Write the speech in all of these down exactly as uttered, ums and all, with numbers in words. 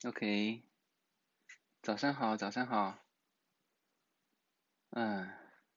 OK，早上好，早上好。嗯，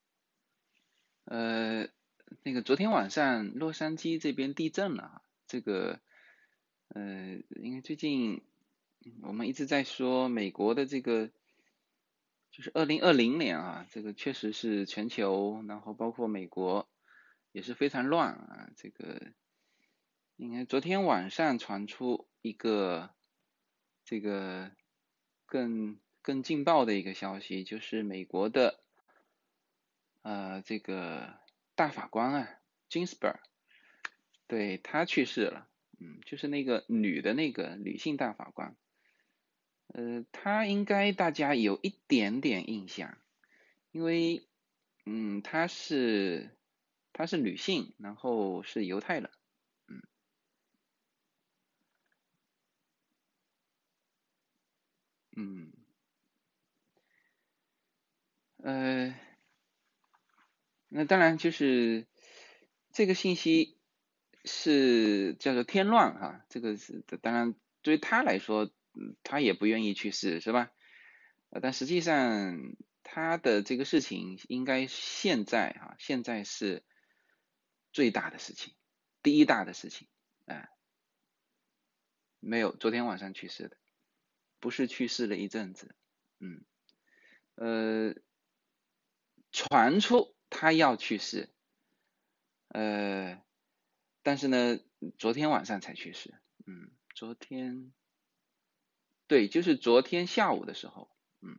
呃，那个昨天晚上洛杉矶这边地震了啊，这个，呃，因为最近我们一直在说美国的这个，就是二零二零年啊，这个确实是全球，然后包括美国也是非常乱啊。这个，应该昨天晚上传出一个这个更更劲爆的一个消息，就是美国的。呃，这个大法官啊，Ginsburg，对，他去世了，嗯，就是那个女的那个女性大法官，呃，她应该大家有一点点印象，因为，嗯，她是她是女性，然后是犹太人，嗯嗯，呃，那当然就是这个信息是叫做添乱哈，这个是当然对于他来说，嗯，他也不愿意去试是吧？呃，但实际上他的这个事情应该现在哈，现在是最大的事情，第一大的事情，哎、没有，昨天晚上去世的，不是去世了一阵子，嗯，呃，传出他要去世，呃，但是呢，昨天晚上才去世，嗯，昨天，对，就是昨天下午的时候，嗯，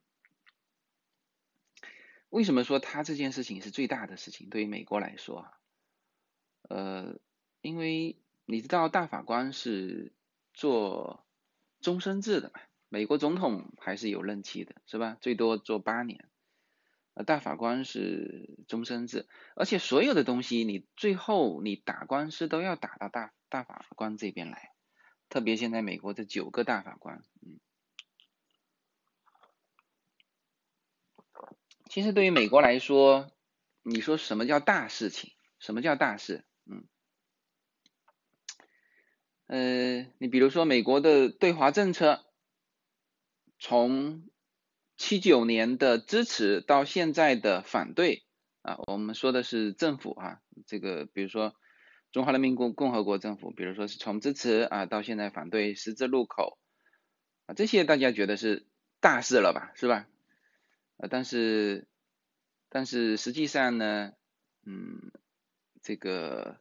为什么说他这件事情是最大的事情？对于美国来说啊，呃，因为你知道大法官是做终身制的嘛，美国总统还是有任期的，是吧？最多做八年，呃，大法官是终身制，而且所有的东西你最后你打官司都要打到大大法官这边来，特别现在美国这九个大法官，嗯，其实对于美国来说，你说什么叫大事情？什么叫大事？嗯，呃，你比如说美国的对华政策，从七九年的支持到现在的反对啊，我们说的是政府啊，这个比如说中华人民共共和国政府，比如说是从支持啊到现在反对十字路口啊，这些大家觉得是大事了吧，是吧？呃，但是但是实际上呢，嗯，这个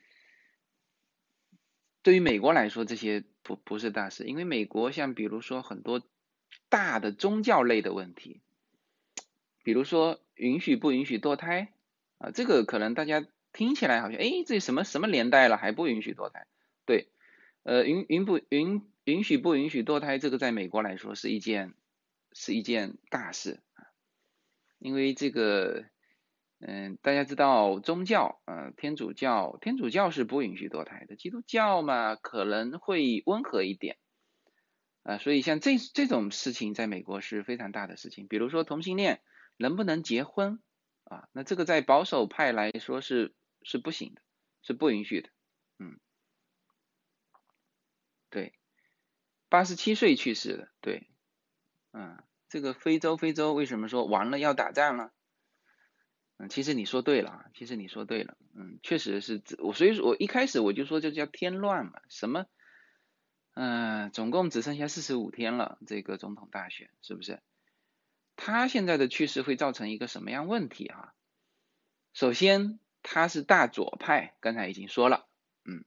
对于美国来说，这些不不是大事，因为美国像比如说很多大的宗教类的问题，比如说允许不允许堕胎啊，这个可能大家听起来好像，哎，这什么什么年代了还不允许堕胎？对，呃，允允不允允许不允许堕胎，这个在美国来说是一件是一件大事，因为这个，嗯，大家知道宗教，呃，天主教，天主教是不允许堕胎的，基督教嘛可能会温和一点，啊、所以像这这种事情在美国是非常大的事情，比如说同性恋能不能结婚啊，那这个在保守派来说是是不行的，是不允许的，嗯，对，八十七岁去世的，对，嗯，这个非洲非洲为什么说完了要打仗了？嗯，其实你说对了，其实你说对了，嗯，确实是我，所以说我一开始我就说这叫添乱嘛，什么，嗯、呃总共只剩下四十五天了，这个总统大选是不是？他现在的去世会造成一个什么样问题哈？首先，他是大左派，刚才已经说了，嗯，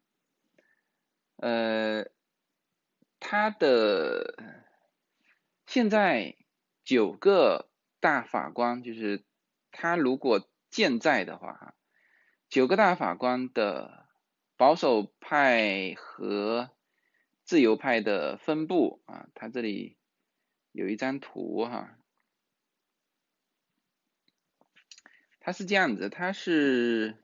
呃，他的现在九个大法官，就是他如果健在的话，九个大法官的保守派和自由派的分布啊，他这里有一张图哈，它是这样子，它是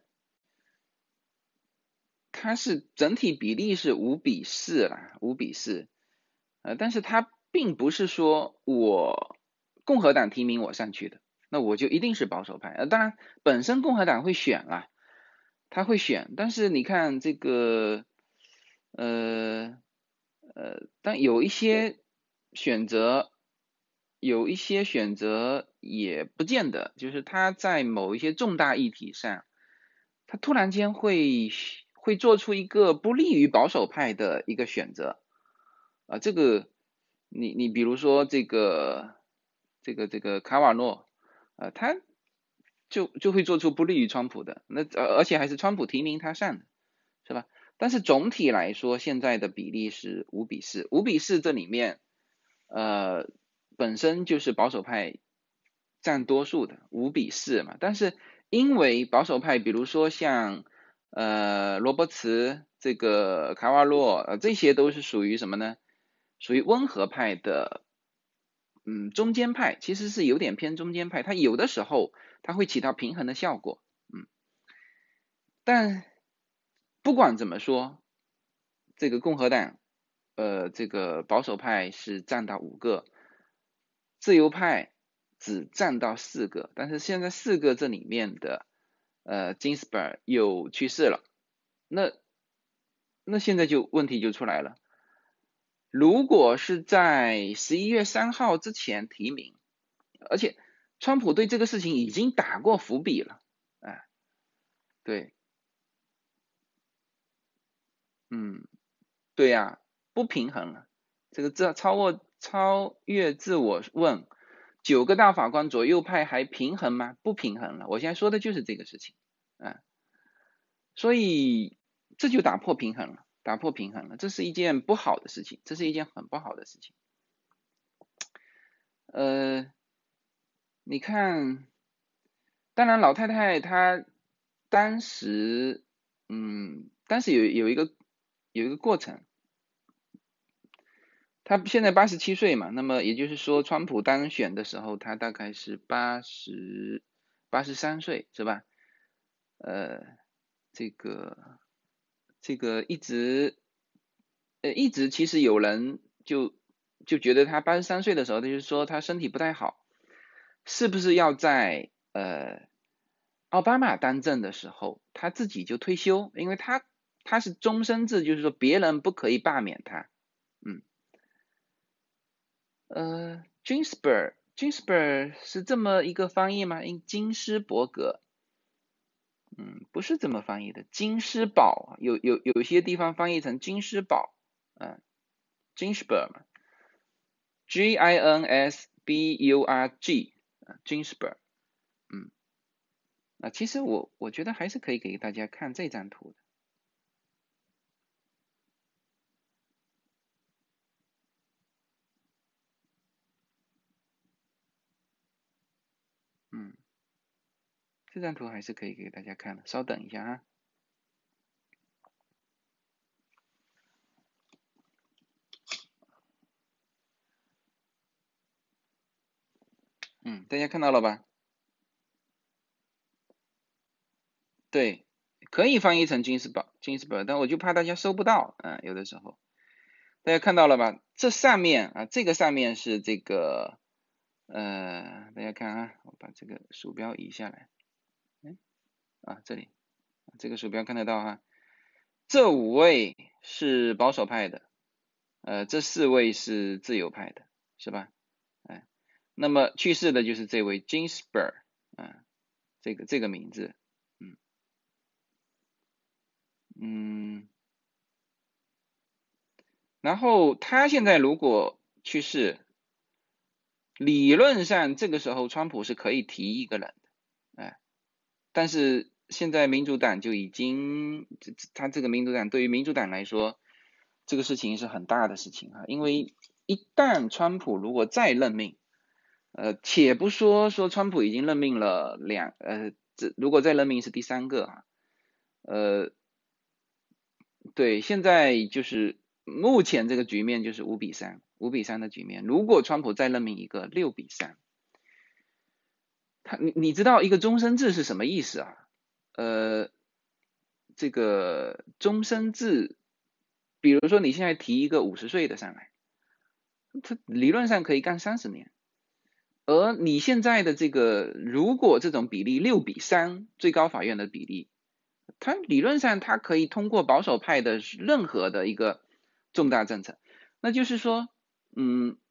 它是整体比例是五比四啦，五比四，呃，但是它并不是说我共和党提名我上去的，那我就一定是保守派。呃，当然本身共和党会选啦，他会选，但是你看这个，呃呃，但有一些选择有一些选择也不见得，就是他在某一些重大议题上，他突然间会会做出一个不利于保守派的一个选择啊，这个你你比如说这个这个这个卡瓦诺，啊，他就就会做出不利于川普的，那而而且还是川普提名他上的，是吧？但是总体来说，现在的比例是五比四，五比四这里面，呃，本身就是保守派占多数的，五比四嘛。但是因为保守派，比如说像呃罗伯茨、这个卡瓦洛，呃这些都是属于什么呢？属于温和派的，嗯，中间派，其实是有点偏中间派，它有的时候它会起到平衡的效果，嗯。但不管怎么说，这个共和党，呃，这个保守派是占到五个，自由派只占到四个，但是现在四个这里面的，呃，金斯伯又去世了，那那现在就问题就出来了，如果是在十一月三号之前提名，而且川普对这个事情已经打过伏笔了，哎，对，嗯。对呀，不平衡了。这个这超过超越自我问，九个大法官左右派还平衡吗？不平衡了。我现在说的就是这个事情，啊，所以这就打破平衡了，打破平衡了，这是一件不好的事情，这是一件很不好的事情。呃，你看，当然老太太她当时，嗯，当时有有一个有一个过程。他现在八十七岁嘛，那么也就是说，川普当选的时候，他大概是八十八十三岁，是吧？呃，这个这个一直呃一直其实有人就就觉得他八十三岁的时候，他就说他身体不太好，是不是要在呃奥巴马当政的时候他自己就退休？因为他他是终身制，就是说别人不可以罢免他，嗯。呃，Ginsburg，Ginsburg 是这么一个翻译吗？因金斯伯格，嗯，不是这么翻译的，金斯堡，有有有些地方翻译成金斯堡，嗯，Ginsburg 嘛，G I N S B U R G，啊，Ginsburg，嗯，啊，其实我我觉得还是可以给大家看这张图的，嗯，这张图还是可以给大家看的，稍等一下哈，嗯，大家看到了吧？对，可以翻译成金斯堡，金斯堡，但我就怕大家搜不到，嗯，有的时候，大家看到了吧？这上面啊，这个上面是这个，呃，大家看啊，我把这个鼠标移下来，哎，啊，这里，这个鼠标看得到哈，这五位是保守派的，呃，这四位是自由派的，是吧？哎，那么去世的就是这位 Ginsburg，啊，这个这个名字，嗯嗯。然后他现在如果去世，理论上这个时候川普是可以提一个人的，哎，但是现在民主党就已经，他这个民主党对于民主党来说，这个事情是很大的事情啊，因为一旦川普如果再任命，呃，且不说说川普已经任命了两，呃，这如果再任命是第三个啊，呃，对，现在就是目前这个局面就是五比三，五比三的局面。如果川普再任命一个六比三，他你你知道一个终身制是什么意思啊？呃，这个终身制，比如说你现在提一个五十岁的上来，他理论上可以干三十年，而你现在的这个如果这种比例六比三，最高法院的比例。它理论上它可以通过保守派的任何的一个重大政策，那就是说，嗯，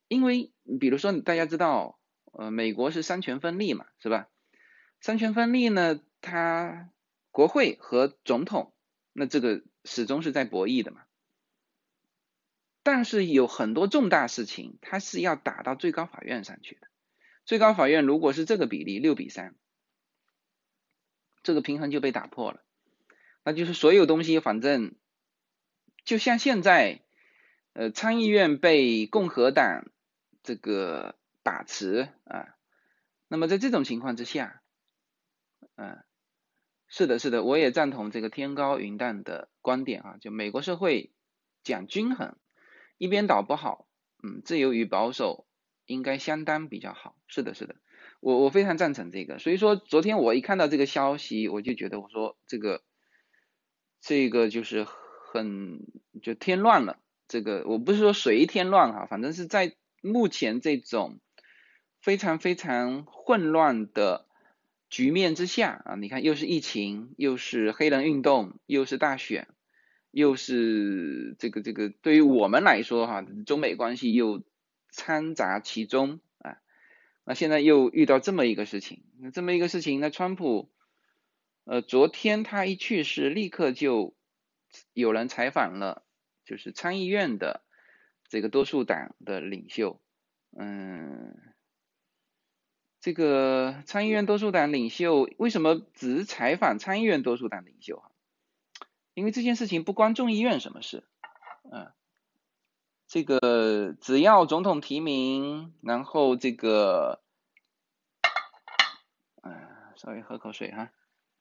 因为比如说大家知道，呃，美国是三权分立嘛，是吧？三权分立呢，它国会和总统，那这个始终是在博弈的嘛。但是有很多重大事情，它是要打到最高法院上去的。最高法院如果是这个比例六比三，这个平衡就被打破了。那就是所有东西，反正就像现在，呃，参议院被共和党这个把持啊，那么在这种情况之下，嗯、呃，是的，是的，我也赞同这个天高云淡的观点啊，就美国社会讲均衡，一边倒不好，嗯，自由与保守应该相当比较好。是的，是的，我我非常赞成这个。所以说，昨天我一看到这个消息，我就觉得我说这个这个就是很就添乱了。这个我不是说谁添乱哈，反正是在目前这种非常非常混乱的局面之下啊，你看又是疫情，又是黑人运动，又是大选，又是这个这个对于我们来说哈，中美关系又掺杂其中啊，那现在又遇到这么一个事情，那这么一个事情，那川普呃昨天他一去世，立刻就有人采访了，就是参议院的这个多数党的领袖，嗯。这个参议院多数党领袖为什么只采访参议院多数党领袖？因为这件事情不关众议院什么事，嗯，这个只要总统提名，然后这个，嗯，稍微喝口水哈，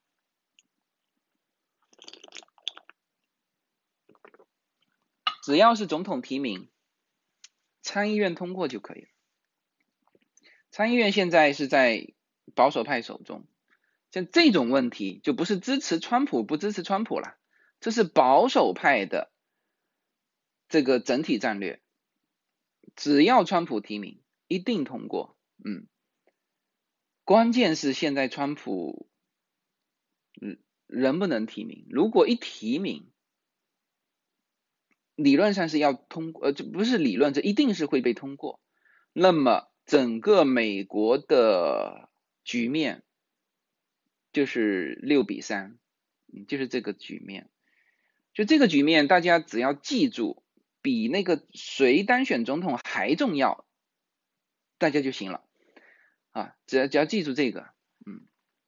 只要是总统提名，参议院通过就可以了。参议院现在是在保守派手中，像这种问题就不是支持川普不支持川普了，这是保守派的这个整体战略。只要川普提名，一定通过。嗯，关键是现在川普，嗯，能不能提名？如果一提名，理论上是要通过，呃，这不是理论，这一定是会被通过。那么整个美国的局面就是六比三，嗯，就是这个局面。就这个局面，大家只要记住，比那个谁当选总统还重要，大家就行了。啊，只要只要记住这个，嗯，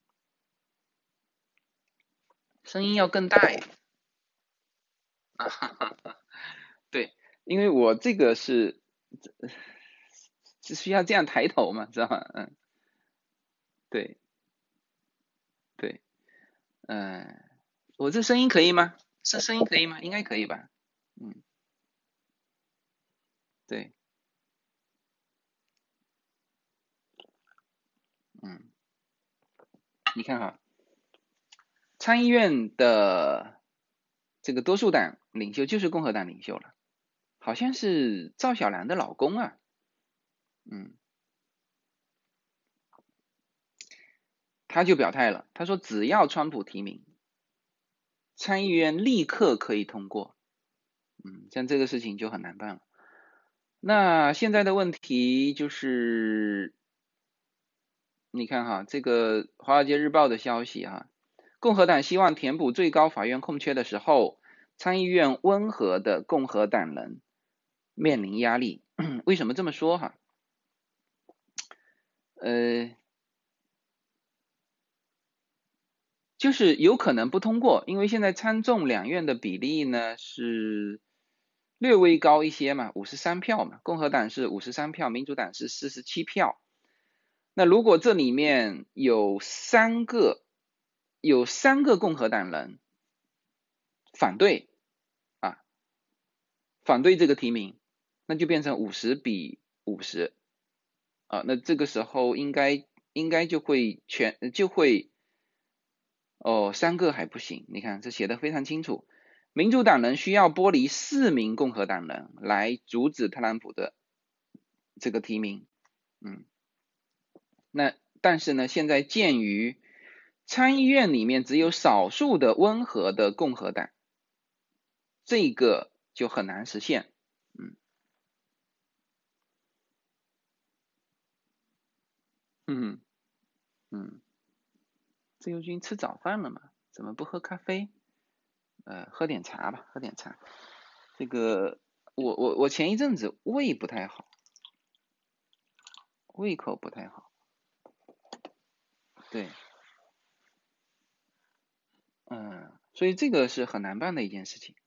声音要更大一点啊，哈哈哈，对，因为我这个是是需要这样抬头嘛，知道吗？嗯，对对，嗯，我这声音可以吗？声声音可以吗？应该可以吧？嗯，对，嗯，你看哈，参议院的这个多数党领袖就是共和党领袖了，好像是赵小兰的老公啊，嗯。他就表态了，他说只要川普提名，参议院立刻可以通过。嗯，像这个事情就很难办了。那现在的问题就是，你看哈，这个《华尔街日报》的消息哈，共和党希望填补最高法院空缺的时候，参议院温和的共和党人面临压力。为什么这么说哈？呃，就是有可能不通过，因为现在参众两院的比例呢是略微高一些嘛，五十三票嘛，共和党是五十三票，民主党是四十七票。那如果这里面有三个有三个共和党人反对啊，反对这个提名，那就变成五十比五十啊，那这个时候应该应该就会全就会哦，三个还不行，你看这写的非常清楚，民主党人需要剥离四名共和党人来阻止特朗普的这个提名，嗯，那但是呢，现在鉴于参议院里面只有少数的温和的共和党，这个就很难实现，嗯， 嗯嗯，自由军吃早饭了吗？怎么不喝咖啡？呃，喝点茶吧，喝点茶。这个我我我前一阵子胃不太好，胃口不太好，对，嗯，所以这个是很难办的一件事情。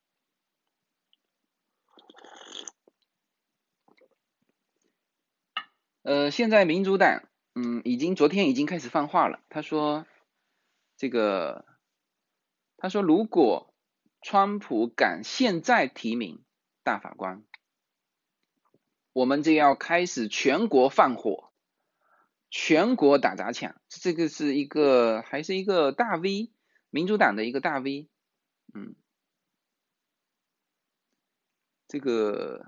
呃，现在民主党，嗯，已经昨天已经开始放话了，他说这个，他说如果川普敢现在提名大法官，我们就要开始全国放火，全国打砸抢。这个是一个还是一个大 V，民主党的一个大 V，嗯，这个，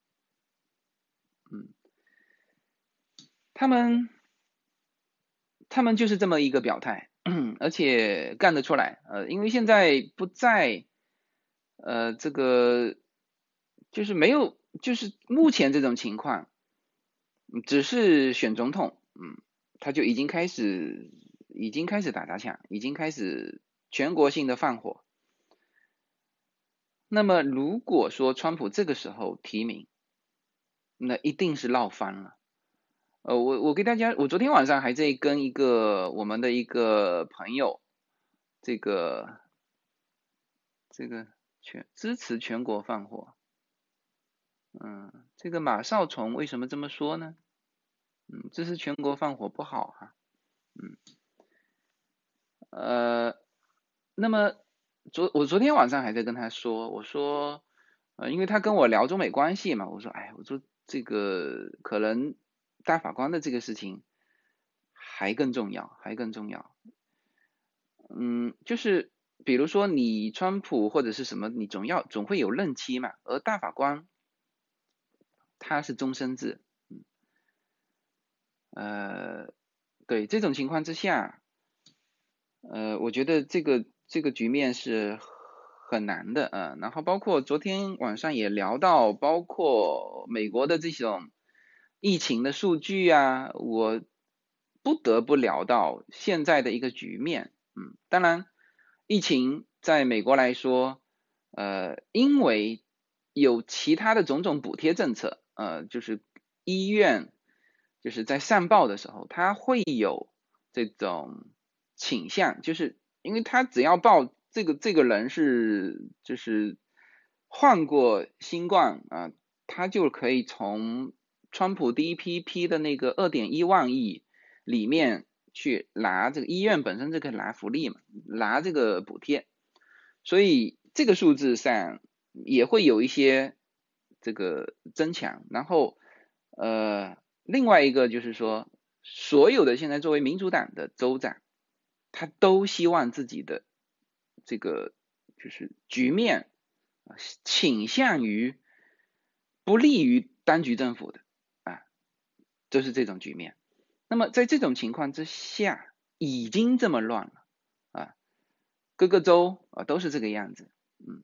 嗯，他们他们就是这么一个表态，而且干得出来。呃，因为现在不在呃这个就是没有，就是目前这种情况，只是选总统，嗯，他就已经开始已经开始打砸抢，已经开始全国性的放火。那么如果说川普这个时候提名，那一定是闹翻了。呃，我我给大家，我昨天晚上还在跟一个我们的一个朋友，这个这个全支持全国放火，嗯，这个马少虫为什么这么说呢？嗯，支持全国放火不好哈、嗯，呃，那么昨我昨天晚上还在跟他说，我说，呃，因为他跟我聊中美关系嘛，我说，哎，我说这个可能大法官的这个事情还更重要，还更重要。嗯，就是比如说你川普或者是什么，你总要总会有任期嘛，而大法官他是终身制，嗯，呃，对这种情况之下，呃，我觉得这个这个局面是很难的，呃，然后包括昨天晚上也聊到，包括美国的这种疫情的数据啊，我不得不聊到现在的一个局面，嗯，当然，疫情在美国来说，呃，因为有其他的种种补贴政策，呃，就是医院就是在上报的时候，它会有这种倾向，就是因为他只要报这个这个人是就是患过新冠啊，他就可以从川普第一批批的那个二点一万亿里面去拿这个医院本身就可以拿福利嘛，拿这个补贴，所以这个数字上也会有一些这个增强，然后呃另外一个就是说，所有的现在作为民主党的州长，他都希望自己的这个就是局面啊倾向于不利于当局政府的啊，就是这种局面。那么在这种情况之下，已经这么乱了啊，各个州啊都是这个样子，嗯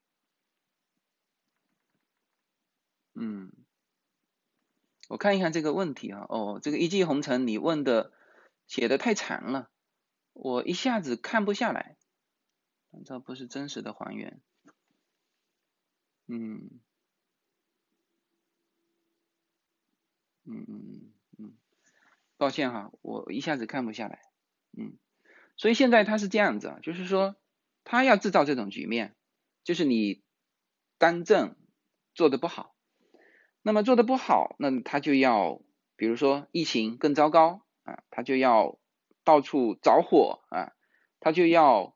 嗯，我看一看这个问题啊，哦，这个一骑红尘你问的写的太长了，我一下子看不下来，这不是真实的还原，嗯嗯嗯嗯，抱歉哈，我一下子看不下来，嗯，所以现在他是这样子啊，就是说他要制造这种局面，就是你当政做的不好，那么做的不好，那他就要比如说疫情更糟糕啊，他就要到处着火啊，他就要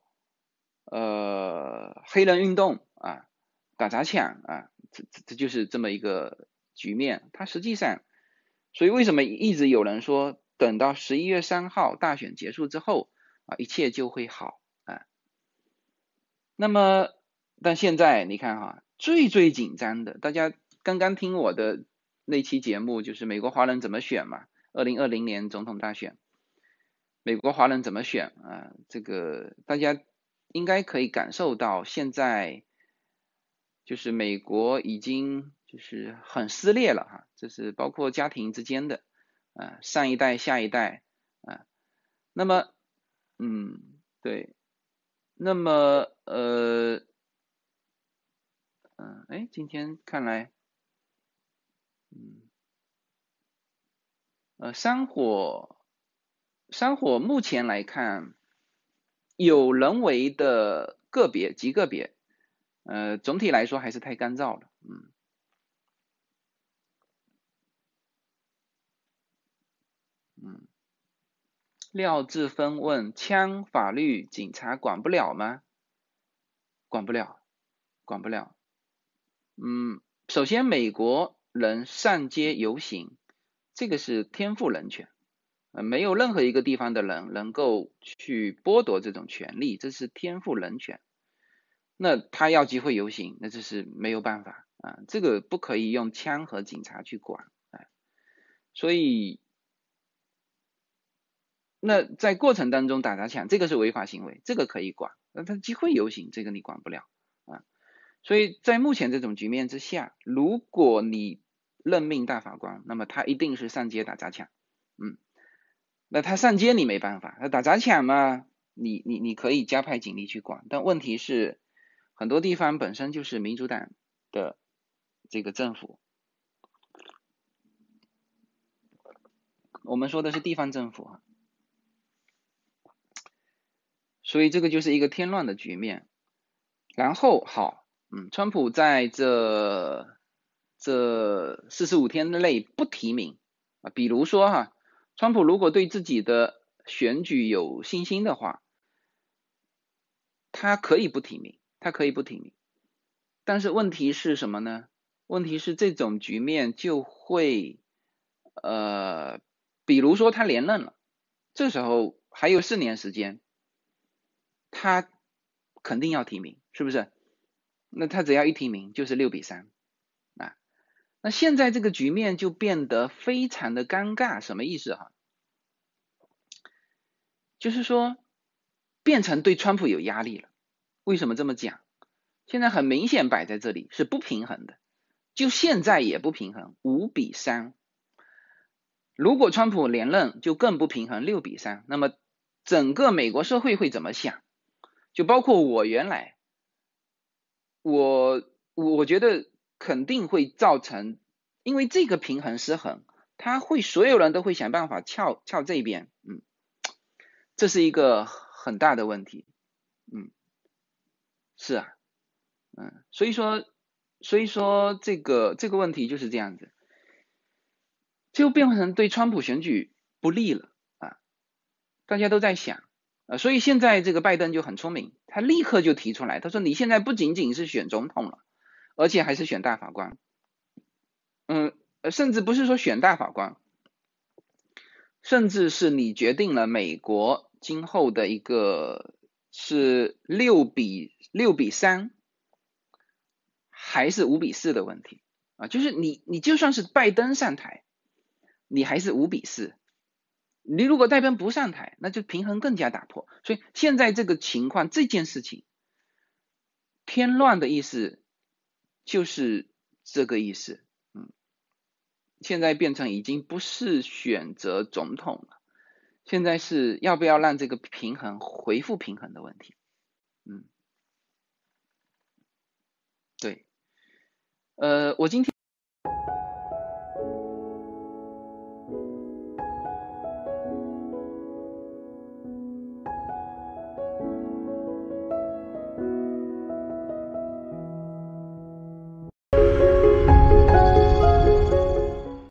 呃黑人运动啊，打砸抢啊，这这这就是这么一个局面。他实际上，所以为什么一直有人说等到十一月三号大选结束之后啊，一切就会好啊？那么但现在你看哈，最最紧张的，大家刚刚听我的那期节目，就是美国华人怎么选嘛，二零二零年总统大选。美国华人怎么选啊？这个大家应该可以感受到，现在就是美国已经就是很撕裂了哈，这是包括家庭之间的， 啊，上一代下一代啊，那么嗯对，那么呃嗯哎，今天看来嗯呃山火山火目前来看有人为的个别极个别，呃总体来说还是太干燥了，嗯嗯。廖志芬问：枪法律警察管不了吗？管不了，管不了。嗯，首先美国人上街游行，这个是天赋人权，呃，没有任何一个地方的人能够去剥夺这种权利，这是天赋人权。那他要集会游行，那这是没有办法啊，这个不可以用枪和警察去管，哎，所以那在过程当中打砸抢，这个是违法行为，这个可以管。那他集会游行，这个你管不了啊。所以在目前这种局面之下，如果你任命大法官，那么他一定是上街打砸抢，嗯，那他上街你没办法，他打砸抢嘛，你你你可以加派警力去管，但问题是很多地方本身就是民主党的这个政府，我们说的是地方政府，所以这个就是一个添乱的局面。然后好，嗯，川普在这这四十五天内不提名啊，比如说哈，川普如果对自己的选举有信心的话，他可以不提名，他可以不提名。但是问题是什么呢？问题是这种局面就会，呃，比如说他连任了，这时候还有四年时间，他肯定要提名，是不是？那他只要一提名就是六比三啊。那现在这个局面就变得非常的尴尬，什么意思哈？就是说变成对川普有压力了。为什么这么讲？现在很明显摆在这里是不平衡的，就现在也不平衡，五比三。如果川普连任就更不平衡，六比三。那么整个美国社会会怎么想？就包括我原来，我我觉得肯定会造成，因为这个平衡失衡，他会所有人都会想办法撬撬这边，嗯，这是一个很大的问题，嗯，是啊，嗯，所以说所以说这个这个问题就是这样子，就变成对川普选举不利了啊，大家都在想。呃，所以现在这个拜登就很聪明，他立刻就提出来，他说你现在不仅仅是选总统了，而且还是选大法官，嗯，呃甚至不是说选大法官，甚至是你决定了美国今后的一个是六比六比三还是五比四的问题啊，就是你你就算是拜登上台，你还是五比四，你如果拜登不上台，那就平衡更加打破。所以现在这个情况，这件事情添乱的意思就是这个意思，嗯，现在变成已经不是选择总统了。现在是要不要让这个平衡恢复平衡的问题，嗯，对，呃，我今天。